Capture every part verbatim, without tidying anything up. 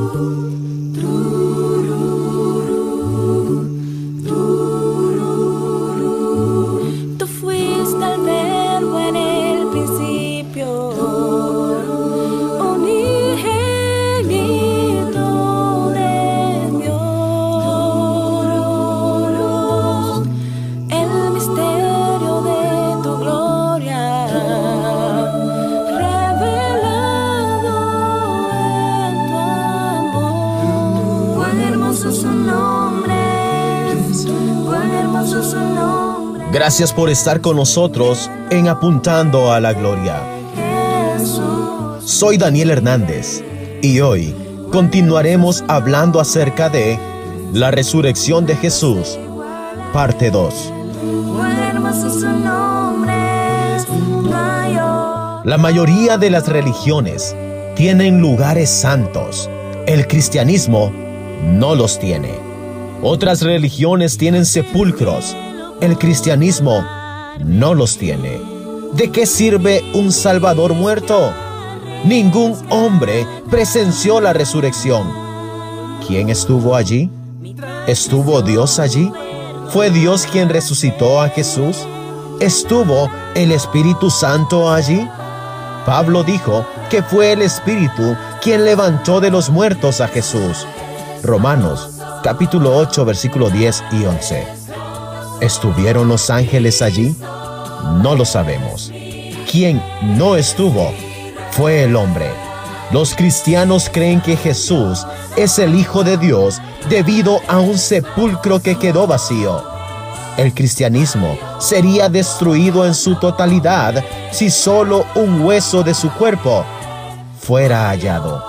Tú fuiste el verbo en el principio, unigénito de Dios, el misterio de tu gloria revelado en tu amor. Cuán hermoso su nombre, cuán hermoso su nombre. Gracias por estar con nosotros en Apuntando a la Gloria. Soy Daniel Hernández y hoy continuaremos hablando acerca de la resurrección de Jesús, parte dos. La mayoría de las religiones tienen lugares santos. El cristianismo no los tiene. Otras religiones tienen sepulcros. El cristianismo no los tiene. ¿De qué sirve un Salvador muerto? Ningún hombre presenció la resurrección. ¿Quién estuvo allí? ¿Estuvo Dios allí? ¿Fue Dios quien resucitó a Jesús? ¿Estuvo el Espíritu Santo allí? Pablo dijo que fue el Espíritu quien levantó de los muertos a Jesús. Romanos, capítulo ocho, versículo diez y once. ¿Estuvieron los ángeles allí? No lo sabemos. Quien no estuvo fue el hombre. Los cristianos creen que Jesús es el Hijo de Dios debido a un sepulcro que quedó vacío. El cristianismo sería destruido en su totalidad si solo un hueso de su cuerpo fuera hallado.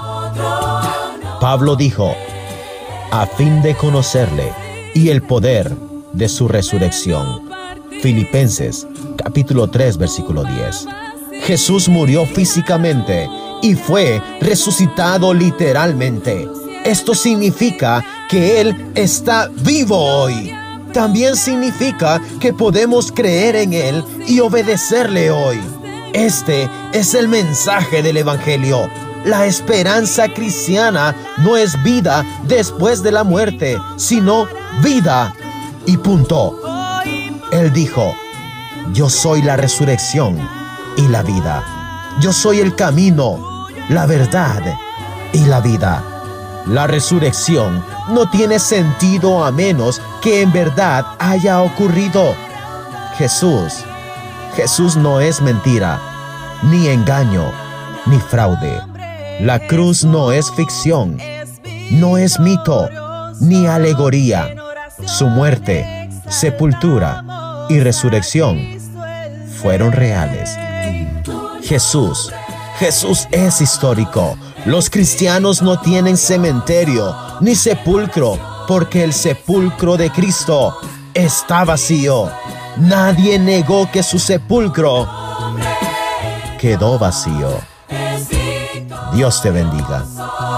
Pablo dijo, a fin de conocerle y el poder de su resurrección. Filipenses, capítulo tres, versículo diez. Jesús murió físicamente y fue resucitado literalmente. Esto significa que Él está vivo hoy. También significa que podemos creer en Él y obedecerle hoy. Este es el mensaje del Evangelio. La esperanza cristiana no es vida después de la muerte, sino vida. Y punto. Él dijo, yo soy la resurrección y la vida. Yo soy el camino, la verdad y la vida. La resurrección no tiene sentido a menos que en verdad haya ocurrido. Jesús, Jesús no es mentira, ni engaño, ni fraude. La cruz no es ficción, no es mito, ni alegoría. Su muerte, sepultura y resurrección fueron reales. Jesús, Jesús es histórico. Los cristianos no tienen cementerio ni sepulcro, porque el sepulcro de Cristo está vacío. Nadie negó que su sepulcro quedó vacío. Dios te bendiga.